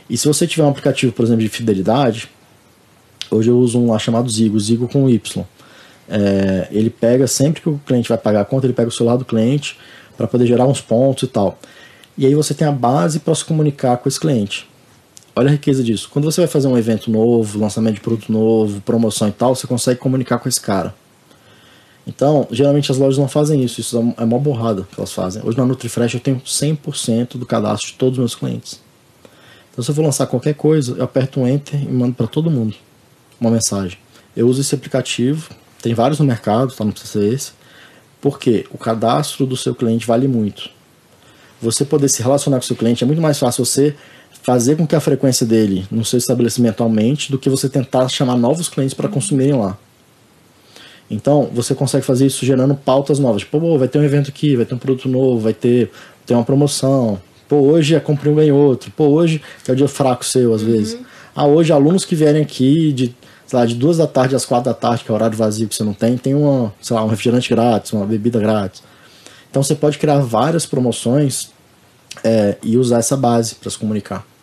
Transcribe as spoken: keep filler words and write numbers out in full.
E se você tiver um aplicativo, por exemplo, de fidelidade, hoje eu uso um lá chamado Zigo, Zigo com Y. É, ele pega, sempre que o cliente vai pagar a conta, ele pega o celular do cliente para poder gerar uns pontos e tal. E aí você tem a base para se comunicar com esse cliente. Olha a riqueza disso. Quando você vai fazer um evento novo, lançamento de produto novo, promoção e tal, você consegue comunicar com esse cara. Então, geralmente as lojas não fazem isso, isso é uma borrada que elas fazem. Hoje na NutriFresh eu tenho cem por cento do cadastro de todos os meus clientes. Então se eu for lançar qualquer coisa, eu aperto um Enter e mando para todo mundo uma mensagem. Eu uso esse aplicativo, tem vários no mercado, tá? Não precisa ser esse, porque o cadastro do seu cliente vale muito. Você poder se relacionar com o seu cliente é muito mais fácil você fazer com que a frequência dele no seu estabelecimento aumente do que você tentar chamar novos clientes para consumirem lá. Então, você consegue fazer isso gerando pautas novas. Tipo, pô, vai ter um evento aqui, vai ter um produto novo, vai ter, ter uma promoção. Pô, hoje é compre um, ganhe outro. Pô, hoje é o dia fraco seu, às uhum. vezes. Ah, hoje alunos que vierem aqui de, sei lá, de duas da tarde às quatro da tarde, que é o horário vazio que você não tem, tem uma, sei lá, um refrigerante grátis, uma bebida grátis. Então, você pode criar várias promoções é, e usar essa base para se comunicar.